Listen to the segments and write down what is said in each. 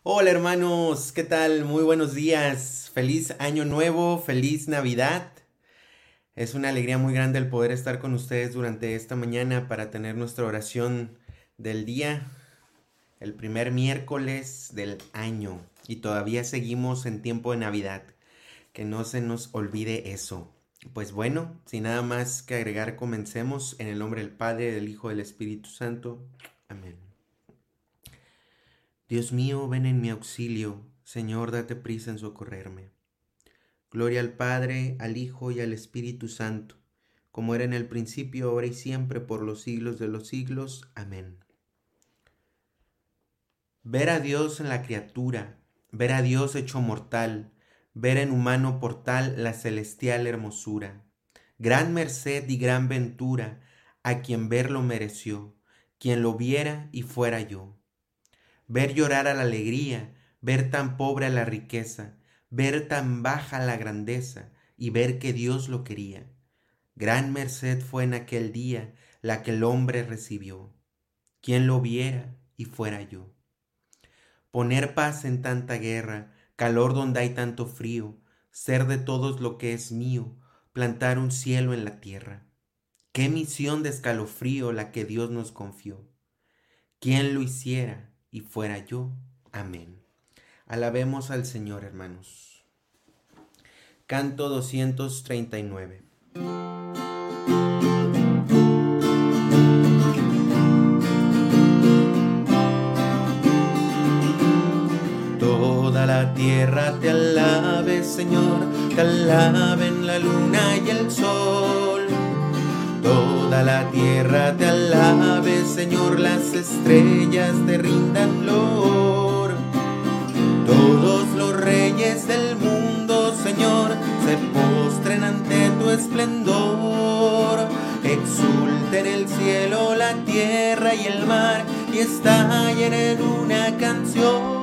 Hola hermanos, ¿qué tal? Muy buenos días, feliz año nuevo, feliz Navidad. Es una alegría muy grande el poder estar con ustedes durante esta mañana para tener nuestra oración del día, el primer miércoles del año. Y todavía seguimos en tiempo de Navidad, que no se nos olvide eso. Pues bueno, sin nada más que agregar, comencemos en el nombre del Padre, del Hijo, y del Espíritu Santo. Amén. Dios mío, ven en mi auxilio. Señor, date prisa en socorrerme. Gloria al Padre, al Hijo y al Espíritu Santo, como era en el principio, ahora y siempre, por los siglos de los siglos. Amén. Ver a Dios en la criatura, ver a Dios hecho mortal, ver en humano portal la celestial hermosura. Gran merced y gran ventura a quien verlo mereció, quien lo viera y fuera yo. Ver llorar a la alegría, ver tan pobre a la riqueza, ver tan baja la grandeza y ver que Dios lo quería. Gran merced fue en aquel día la que el hombre recibió. Quien lo viera y fuera yo. Poner paz en tanta guerra, calor donde hay tanto frío, ser de todos lo que es mío, plantar un cielo en la tierra. Qué misión de escalofrío la que Dios nos confió. Quien lo hiciera y fuera yo. Amén. Alabemos al Señor, hermanos. Canto 239. Toda la tierra te alabe, Señor, te alaben la luna y el sol. Toda la tierra te alabe, Señor, las estrellas te rindan loor. Todos los reyes del mundo, Señor, se postren ante tu esplendor. Exulten el cielo, la tierra y el mar, y estallen en una canción.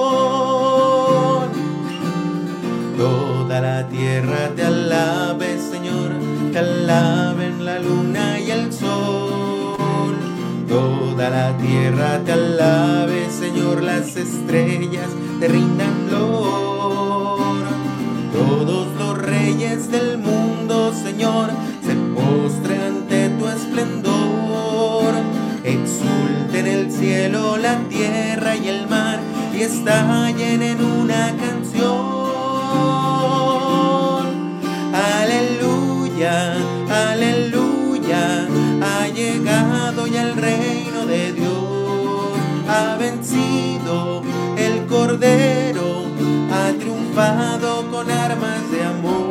Toda la tierra te alabe, Señor, te alaben la luna y el sol. Toda la tierra te alabe, Señor, las estrellas te rindan loor. Todos los reyes del mundo, Señor, se postren ante tu esplendor. Exulten el cielo, la tierra y el mar, y estallen en una canción. Aleluya, aleluya, ha llegado ya el reino de Dios. Ha vencido el Cordero, ha triunfado con armas de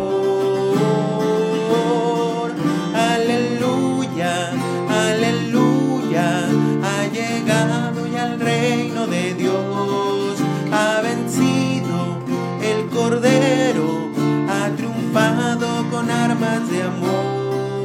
amor. Aleluya, aleluya, ha llegado ya el reino de Dios. Ha vencido el Cordero, ha triunfado con armas de amor.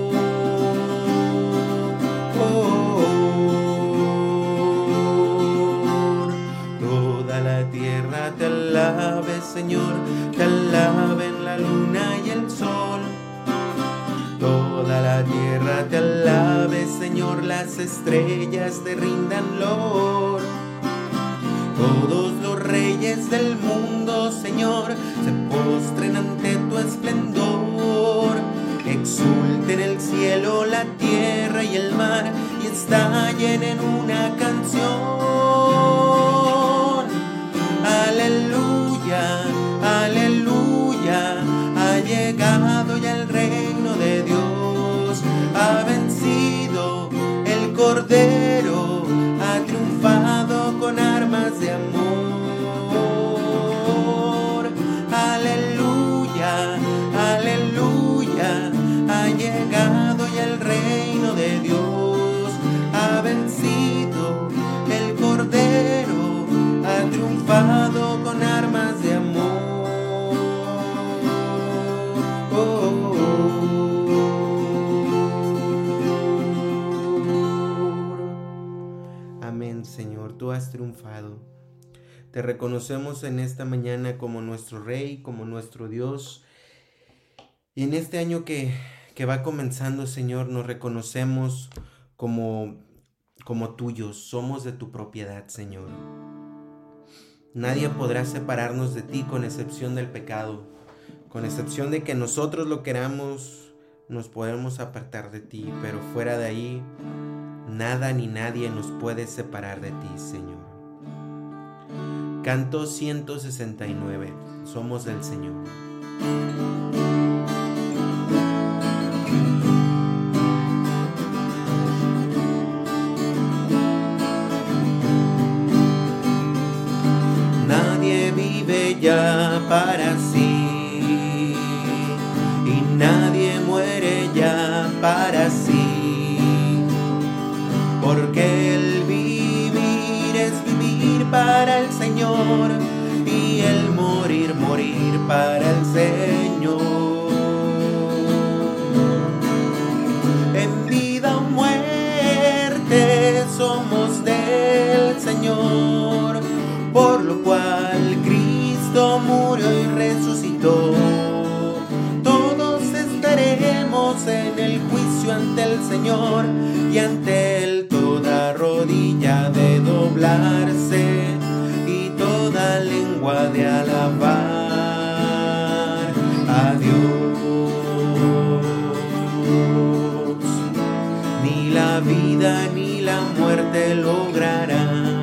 Toda la tierra te alabe, Señor, te alaben la luna y el sol. Toda la tierra te alabe, Señor, las estrellas te rindan loor. Todos los reyes del mundo, Señor, se postren ante tu esplendor. Exulten el cielo, la tierra y el mar, y estallen en una canción. Aleluya, aleluya, ha llegado ya el reino de Dios. Ha vencido el Cordero, ha triunfado con armas de amor. Aleluya, aleluya, ha llegado ya el reino de Dios. Ha vencido el Cordero, ha triunfado con armas de amor. Amén, Señor, tú has triunfado. Te reconocemos en esta mañana como nuestro Rey, como nuestro Dios. Y en este año que va comenzando, Señor, nos reconocemos como tuyos. Somos de tu propiedad, Señor. Nadie podrá separarnos de ti con excepción del pecado. Con excepción de que nosotros lo queramos, nos podemos apartar de ti, pero fuera de ahí, nada ni nadie nos puede separar de ti, Señor. Canto 169. Somos del Señor. Nadie vive ya para sí y nadie muere ya para sí, porque el vivir es vivir para el Señor y el morir, morir para el Señor. En vida o muerte somos del Señor, por lo cual Cristo murió y resucitó. Todos estaremos en el juicio ante el Señor, y ante Él toda rodilla de doblarse y toda lengua de alabar a Dios. Ni la vida ni la muerte lograrán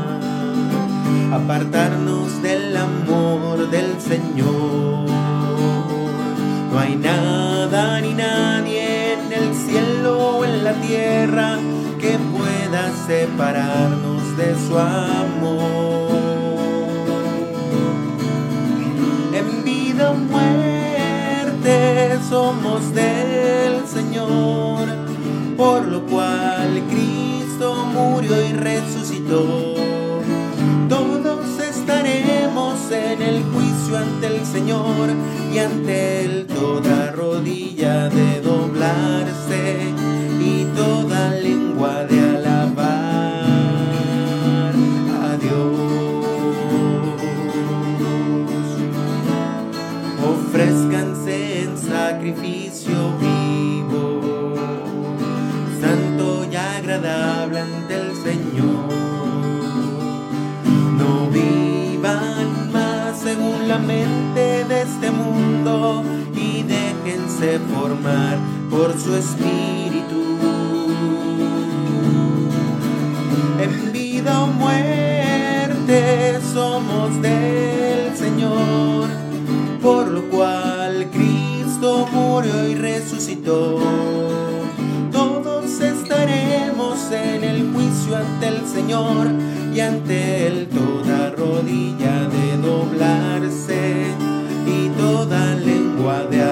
apartarnos del amor del Señor. No hay nada ni nadie en el cielo o en la tierra que pueda separarnos de su amor. En vida o muerte somos del Señor, por lo cual Cristo murió y resucitó. Todos estaremos en el juicio ante el Señor, y ante Él toda rodilla de doblarse y toda lengua de alabar a Dios. Ofrézcanse en sacrificio vivo, santo y agradable ante el Señor. No vivan más según la mente de este mundo, y déjense formar por su espíritu. En vida o muerte somos del Señor, por lo cual Cristo murió y resucitó. Todos estaremos en el juicio ante el Señor, y ante Él toda rodilla de doblarse y toda lengua de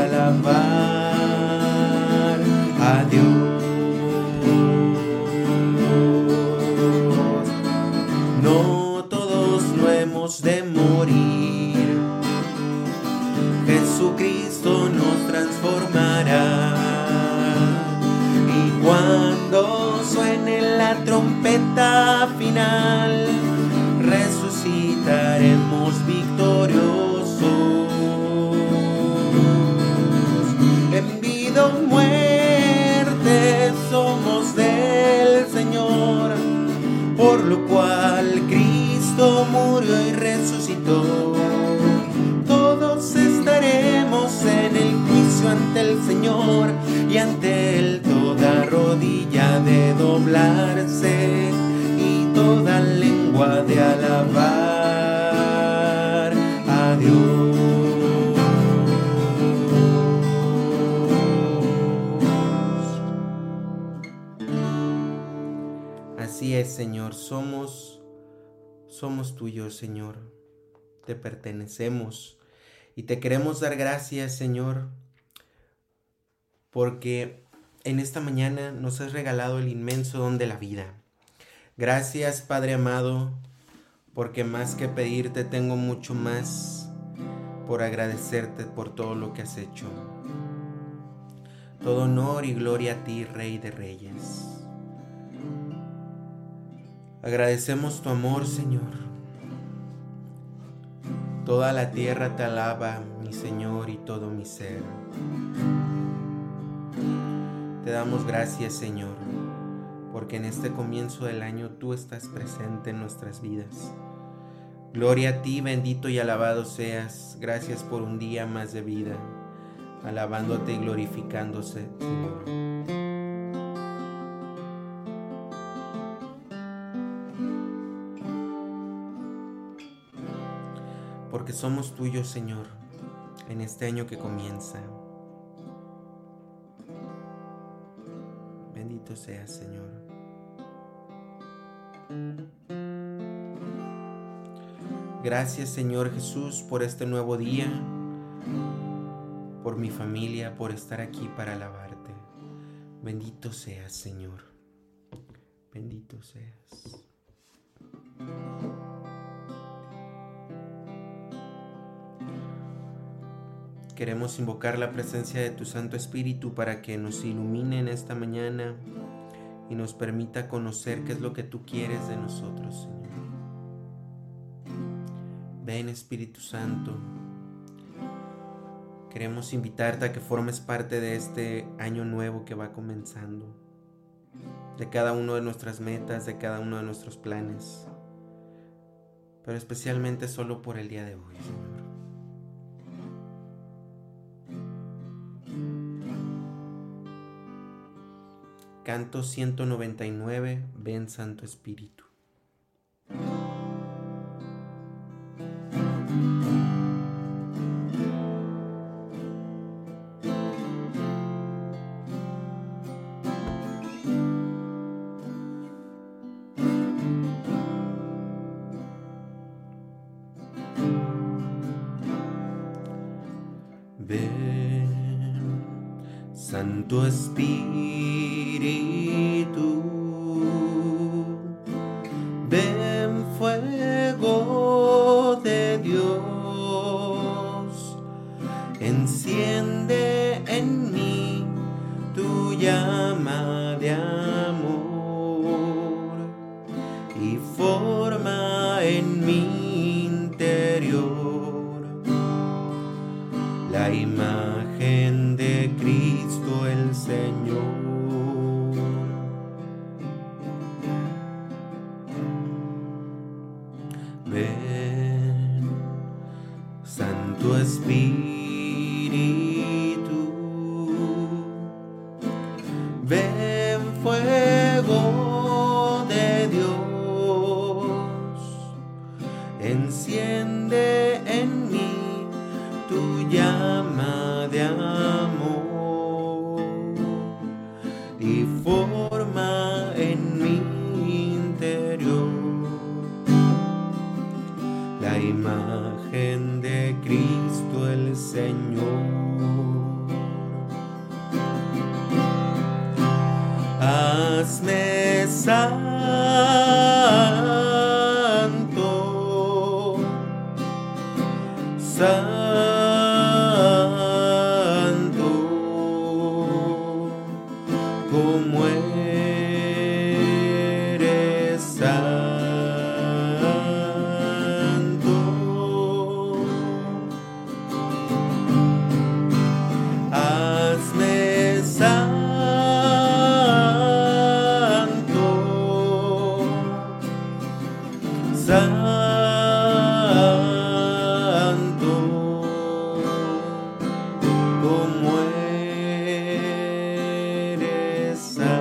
alabar a Dios. No todos no hemos de morir, Jesucristo nos transformará. Y cuando suene la trompeta final, resucitaremos victoriosos. En vida o muerte somos del Señor, por lo cual Cristo murió y resucitó. Todos estaremos en el juicio ante el Señor, y ante Él toda rodilla de doblarse y toda lengua de alabar a Dios. Así es, Señor, somos tuyos, Señor. Te pertenecemos y te queremos dar gracias, Señor, porque en esta mañana nos has regalado el inmenso don de la vida. Gracias, Padre amado, porque más que pedirte tengo mucho más por agradecerte por todo lo que has hecho. Todo honor y gloria a ti, Rey de Reyes. Agradecemos tu amor, Señor. Toda la tierra te alaba, mi Señor, y todo mi ser. Te damos gracias, Señor, porque en este comienzo del año tú estás presente en nuestras vidas. Gloria a ti, bendito y alabado seas. Gracias por un día más de vida, alabándote y glorificándose, Señor. Porque somos tuyos, Señor, en este año que comienza. Bendito seas, Señor. Gracias, Señor Jesús, por este nuevo día, por mi familia, por estar aquí para alabarte. Bendito seas, Señor. Bendito seas. Queremos invocar la presencia de tu Santo Espíritu para que nos ilumine en esta mañana y nos permita conocer qué es lo que tú quieres de nosotros, Señor. Ven, Espíritu Santo. Queremos invitarte a que formes parte de este año nuevo que va comenzando, de cada una de nuestras metas, de cada uno de nuestros planes, pero especialmente solo por el día de hoy, Señor. Canto 199, ven Santo Espíritu. Ven, Santo Espíritu, ven fuego de Dios, enciende en mí tu llama de amor y forma en mi interior la imagen de Cristo el Señor. Ven, Santo Espíritu, ven fuego de Dios, enciende en mí tu llama de amor y forma en mi interior la imagen de Cristo el Señor. Hazme santo, como eres santo. Hazme santo, santo, como eres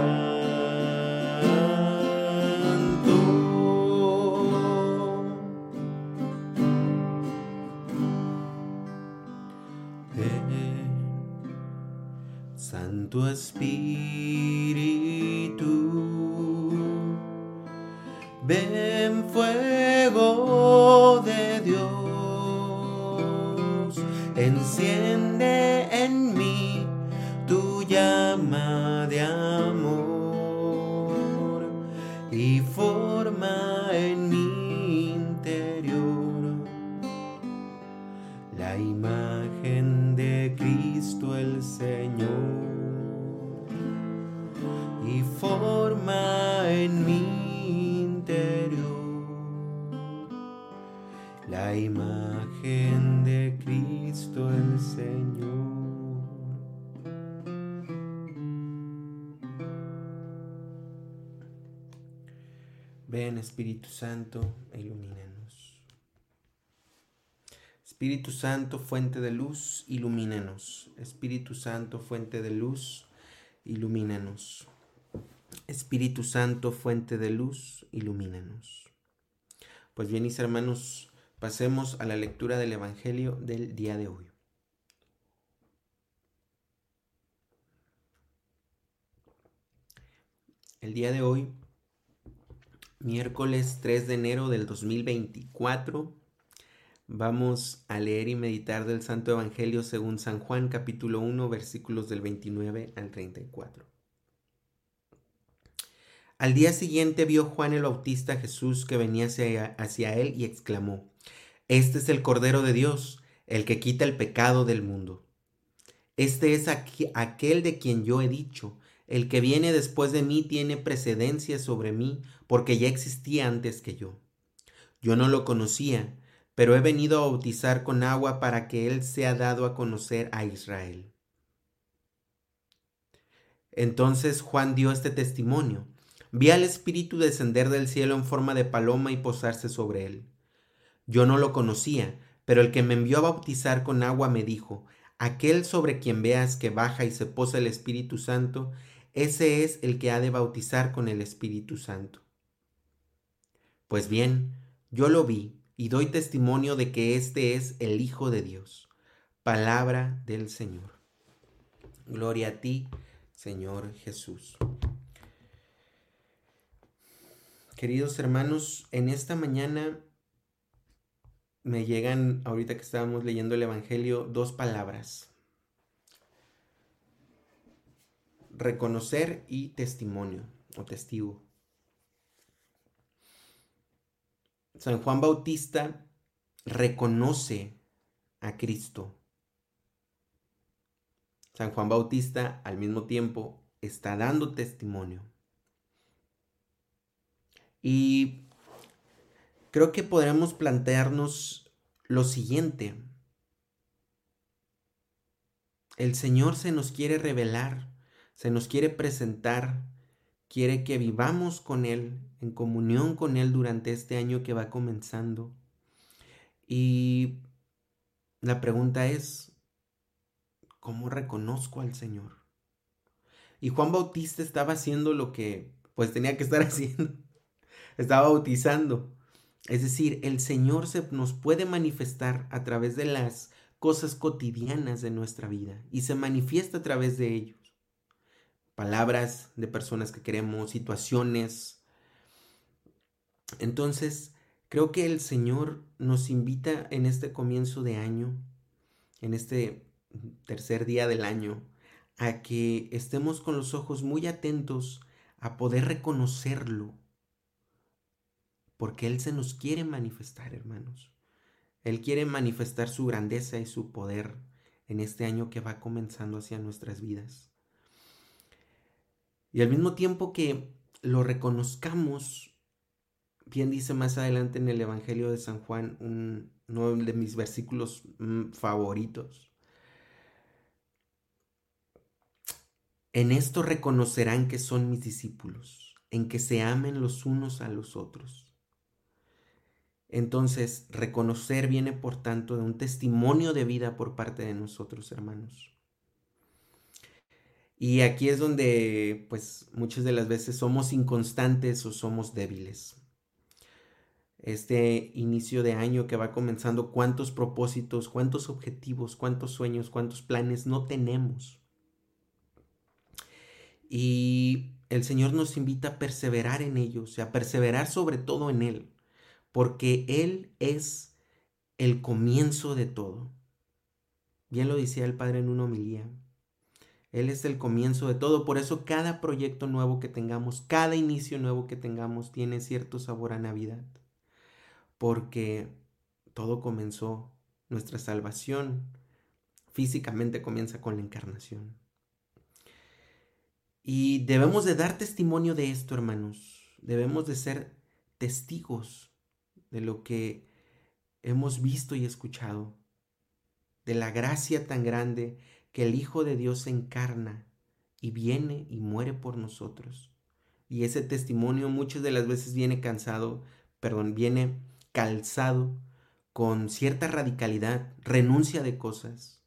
santo. Ven, Santo Espíritu, ven fuego de Dios, enciende en mí tu llama de amor y forma en mi interior la imagen de Cristo el Señor y forma en mi interior la imagen de Cristo el Señor. Ven, Espíritu Santo, e ilumínanos. Espíritu Santo, fuente de luz, ilumínanos. Espíritu Santo, fuente de luz, ilumínanos. Espíritu Santo, fuente de luz, ilumínanos. Pues bien, mis hermanos, pasemos a la lectura del Evangelio del día de hoy. El día de hoy, miércoles 3 de enero del 2024, vamos a leer y meditar del Santo Evangelio según San Juan, capítulo 1, versículos del 29 al 34. Al día siguiente vio Juan el Bautista a Jesús que venía hacia él y exclamó: Este es el Cordero de Dios, el que quita el pecado del mundo. Este es aquel de quien yo he dicho: el que viene después de mí tiene precedencia sobre mí, porque ya existía antes que yo. Yo no lo conocía, pero he venido a bautizar con agua para que él sea dado a conocer a Israel. Entonces Juan dio este testimonio: Vi al Espíritu descender del cielo en forma de paloma y posarse sobre él. Yo no lo conocía, pero el que me envió a bautizar con agua me dijo: Aquel sobre quien veas que baja y se posa el Espíritu Santo, ese es el que ha de bautizar con el Espíritu Santo. Pues bien, yo lo vi y doy testimonio de que este es el Hijo de Dios. Palabra del Señor. Gloria a ti, Señor Jesús. Queridos hermanos, en esta mañana me llegan, ahorita que estábamos leyendo el Evangelio, dos palabras: reconocer y testimonio o testigo. San Juan Bautista reconoce a Cristo. San Juan Bautista al mismo tiempo está dando testimonio. Y creo que podremos plantearnos lo siguiente: el Señor se nos quiere revelar, se nos quiere presentar, quiere que vivamos con Él, en comunión con Él durante este año que va comenzando. Y la pregunta es: ¿cómo reconozco al Señor? Y Juan Bautista estaba haciendo lo que pues tenía que estar haciendo. Estaba bautizando. Es decir, el Señor se nos puede manifestar a través de las cosas cotidianas de nuestra vida y se manifiesta a través de ellos. Palabras de personas que queremos, situaciones. Entonces, creo que el Señor nos invita en este comienzo de año, en este tercer día del año, a que estemos con los ojos muy atentos a poder reconocerlo, porque Él se nos quiere manifestar, hermanos. Él quiere manifestar su grandeza y su poder en este año que va comenzando hacia nuestras vidas. Y al mismo tiempo que lo reconozcamos, bien dice más adelante en el Evangelio de San Juan, uno de mis versículos favoritos: En esto reconocerán que son mis discípulos, en que se amen los unos a los otros. Entonces, reconocer viene por tanto de un testimonio de vida por parte de nosotros, hermanos. Y aquí es donde, pues, muchas de las veces somos inconstantes o somos débiles. Este inicio de año que va comenzando, ¿cuántos propósitos, cuántos objetivos, cuántos sueños, cuántos planes no tenemos? Y el Señor nos invita a perseverar en ellos, a perseverar sobre todo en Él, porque Él es el comienzo de todo. Bien lo decía el Padre en una homilía. Él es el comienzo de todo, por eso cada proyecto nuevo que tengamos, cada inicio nuevo que tengamos tiene cierto sabor a Navidad, porque todo comenzó, nuestra salvación físicamente comienza con la encarnación. Y debemos de dar testimonio de esto, hermanos. Debemos de ser testigos de lo que hemos visto y escuchado, de la gracia tan grande que el Hijo de Dios se encarna y viene y muere por nosotros. Y ese testimonio muchas de las veces viene viene calzado con cierta radicalidad, renuncia de cosas.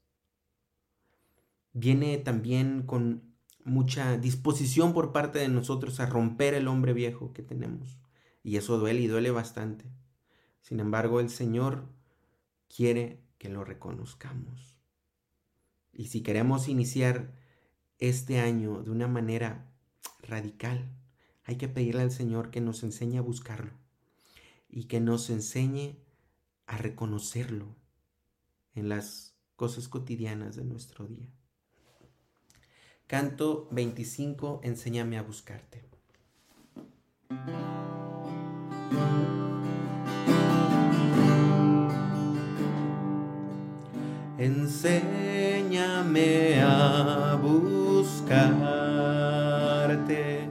Viene también con mucha disposición por parte de nosotros a romper el hombre viejo que tenemos. Y eso duele y duele bastante. Sin embargo, el Señor quiere que lo reconozcamos. Y si queremos iniciar este año de una manera radical, hay que pedirle al Señor que nos enseñe a buscarlo y que nos enseñe a reconocerlo en las cosas cotidianas de nuestro día. Canto 25, enséñame a buscarte. Enséñame a buscarte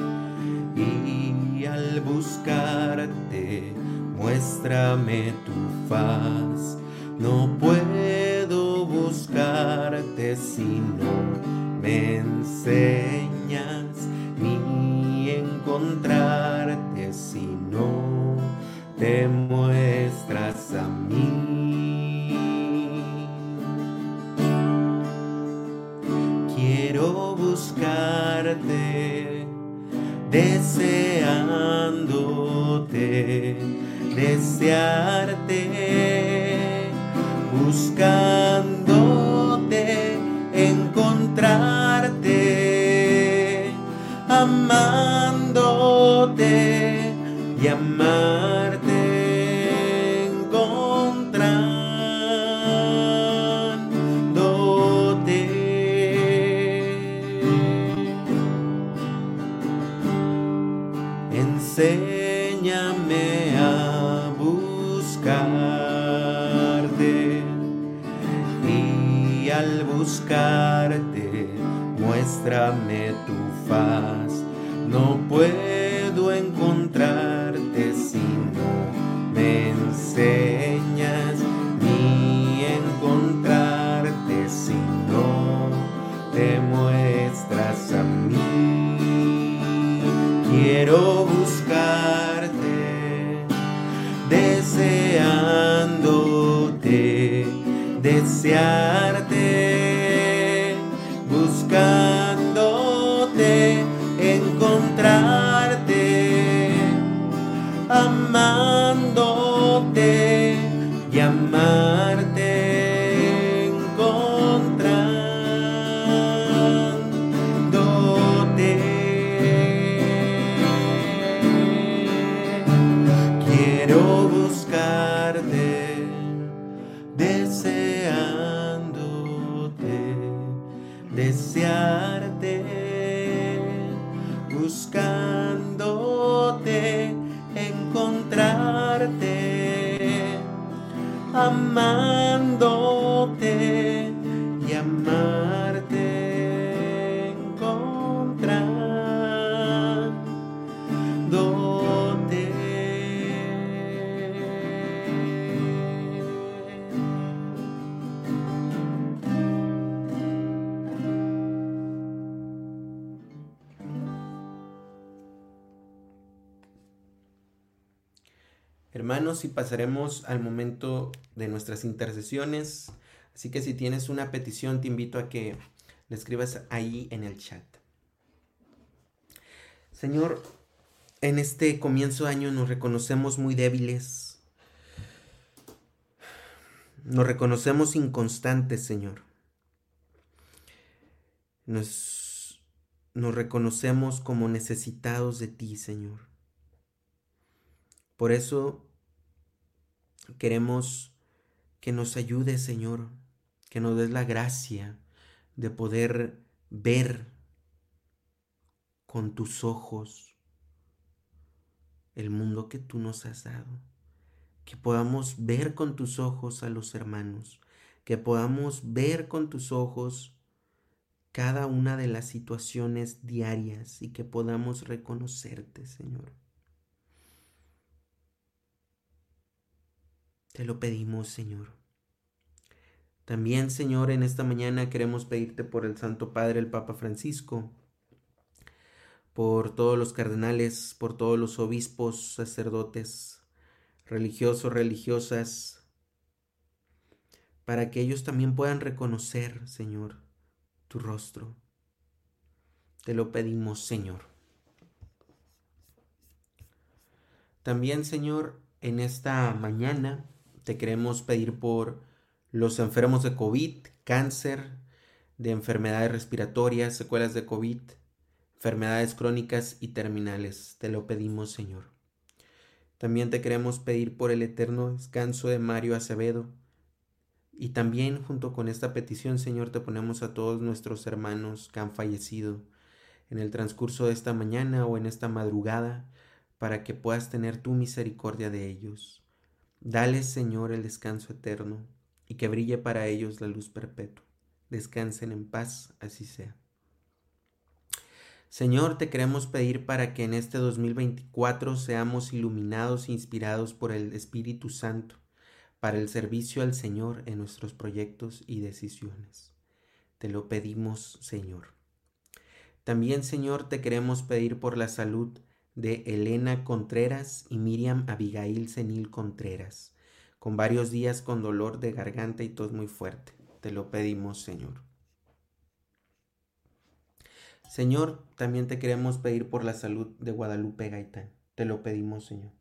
y al buscarte muéstrame tu faz. No puedo buscarte si no me enseñas, ni encontrarte si no te muestras a mí. Quiero buscarte, deseándote, desearte, buscándote, encontrarte, amándote y amarte, enséñame a buscarte y al buscarte muéstrame tu faz. No puedo encontrarte si no me enseñas, ni encontrarte si no te muestras a mí. Quiero buscarte, deseándote, desearte, buscándote, encontrarte, amándote y amarte, quiero buscarte, deseándote, desearte, buscándote, encontrarte, amándote y amarte, encontrándote. Hermanos, y pasaremos al momento de nuestras intercesiones. Así que si tienes una petición, te invito a que la escribas ahí en el chat. Señor, en este comienzo de año nos reconocemos muy débiles. Nos reconocemos inconstantes, Señor. Nos reconocemos como necesitados de ti, Señor. Por eso queremos que nos ayudes, Señor, que nos des la gracia de poder ver con tus ojos el mundo que tú nos has dado, que podamos ver con tus ojos a los hermanos, que podamos ver con tus ojos cada una de las situaciones diarias y que podamos reconocerte, Señor. Te lo pedimos, Señor. También, Señor, en esta mañana queremos pedirte por el Santo Padre, el Papa Francisco, por todos los cardenales, por todos los obispos, sacerdotes, religiosos, religiosas, para que ellos también puedan reconocer, Señor, tu rostro. Te lo pedimos, Señor. También, Señor, en esta mañana te queremos pedir por los enfermos de COVID, cáncer, de enfermedades respiratorias, secuelas de COVID, enfermedades crónicas y terminales. Te lo pedimos, Señor. También te queremos pedir por el eterno descanso de Mario Acevedo. Y también junto con esta petición, Señor, te ponemos a todos nuestros hermanos que han fallecido en el transcurso de esta mañana o en esta madrugada, para que puedas tener tu misericordia de ellos. Dales, Señor, el descanso eterno y que brille para ellos la luz perpetua. Descansen en paz, así sea. Señor, te queremos pedir para que en este 2024 seamos iluminados e inspirados por el Espíritu Santo para el servicio al Señor en nuestros proyectos y decisiones. Te lo pedimos, Señor. También, Señor, te queremos pedir por la salud de Elena Contreras y Miriam Abigail Senil Contreras, con varios días con dolor de garganta y tos muy fuerte. Te lo pedimos, Señor. Señor, también te queremos pedir por la salud de Guadalupe Gaitán. Te lo pedimos, Señor.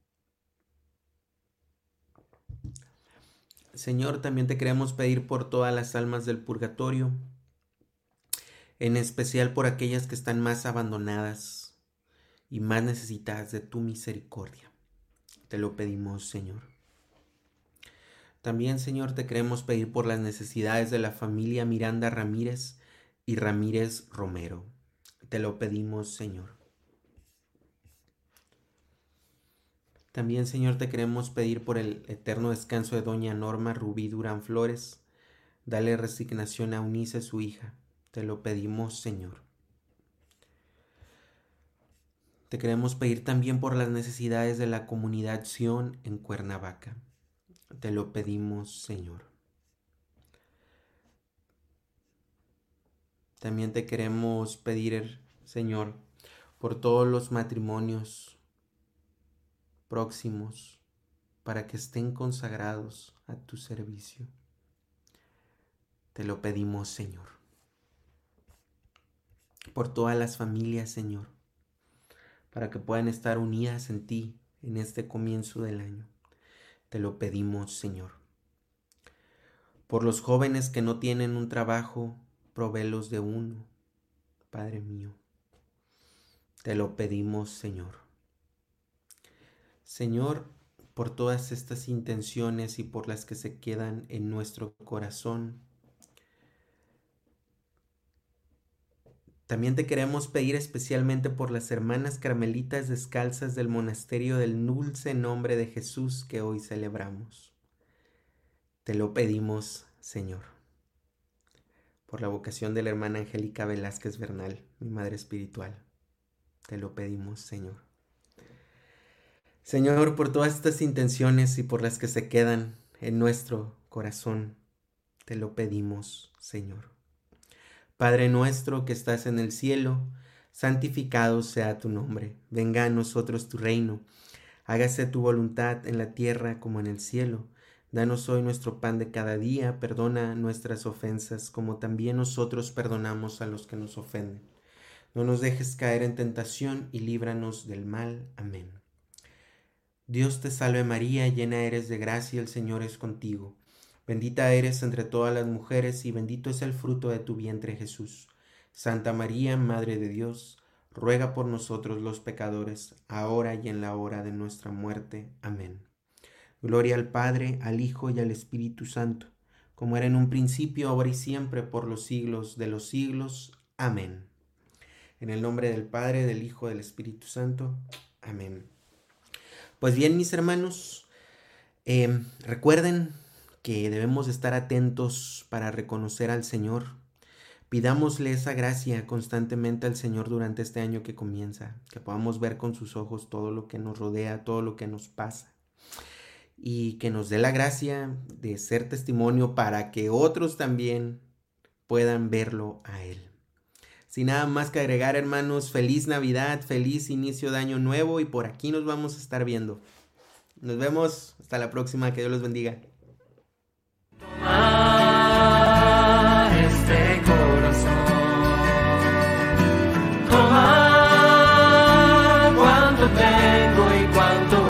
Señor, también te queremos pedir por todas las almas del purgatorio, en especial por aquellas que están más abandonadas y más necesitadas de tu misericordia. Te lo pedimos, Señor. También, Señor, te queremos pedir por las necesidades de la familia Miranda Ramírez y Ramírez Romero. Te lo pedimos, Señor. También, Señor, te queremos pedir por el eterno descanso de doña Norma Rubí Durán Flores. Dale resignación a Eunice, su hija. Te lo pedimos, Señor. Te queremos pedir también por las necesidades de la comunidad Sion en Cuernavaca. Te lo pedimos, Señor. También te queremos pedir, Señor, por todos los matrimonios próximos, para que estén consagrados a tu servicio. Te lo pedimos, Señor. Por todas las familias, Señor, para que puedan estar unidas en ti en este comienzo del año. Te lo pedimos, Señor. Por los jóvenes que no tienen un trabajo, provéelos de uno, Padre mío. Te lo pedimos, Señor. Señor, por todas estas intenciones y por las que se quedan en nuestro corazón, también te queremos pedir especialmente por las hermanas carmelitas descalzas del monasterio del Dulce Nombre de Jesús que hoy celebramos. Te lo pedimos, Señor. Por la vocación de la hermana Angélica Velázquez Bernal, mi madre espiritual. Te lo pedimos, Señor. Señor, por todas estas intenciones y por las que se quedan en nuestro corazón, te lo pedimos, Señor. Padre nuestro que estás en el cielo, santificado sea tu nombre. Venga a nosotros tu reino. Hágase tu voluntad en la tierra como en el cielo. Danos hoy nuestro pan de cada día. Perdona nuestras ofensas como también nosotros perdonamos a los que nos ofenden. No nos dejes caer en tentación y líbranos del mal. Amén. Dios te salve María, llena eres de gracia, el Señor es contigo. Bendita eres entre todas las mujeres y bendito es el fruto de tu vientre Jesús. Santa María, Madre de Dios, ruega por nosotros los pecadores, ahora y en la hora de nuestra muerte. Amén. Gloria al Padre, al Hijo y al Espíritu Santo, como era en un principio, ahora y siempre, por los siglos de los siglos. Amén. En el nombre del Padre, del Hijo y del Espíritu Santo. Amén. Pues bien, mis hermanos, recuerden que debemos estar atentos para reconocer al Señor. Pidámosle esa gracia constantemente al Señor durante este año que comienza, que podamos ver con sus ojos todo lo que nos rodea, todo lo que nos pasa, y que nos dé la gracia de ser testimonio para que otros también puedan verlo a Él. Sin nada más que agregar, hermanos, feliz Navidad, feliz inicio de año nuevo y por aquí nos vamos a estar viendo. Nos vemos, hasta la próxima, que Dios los bendiga.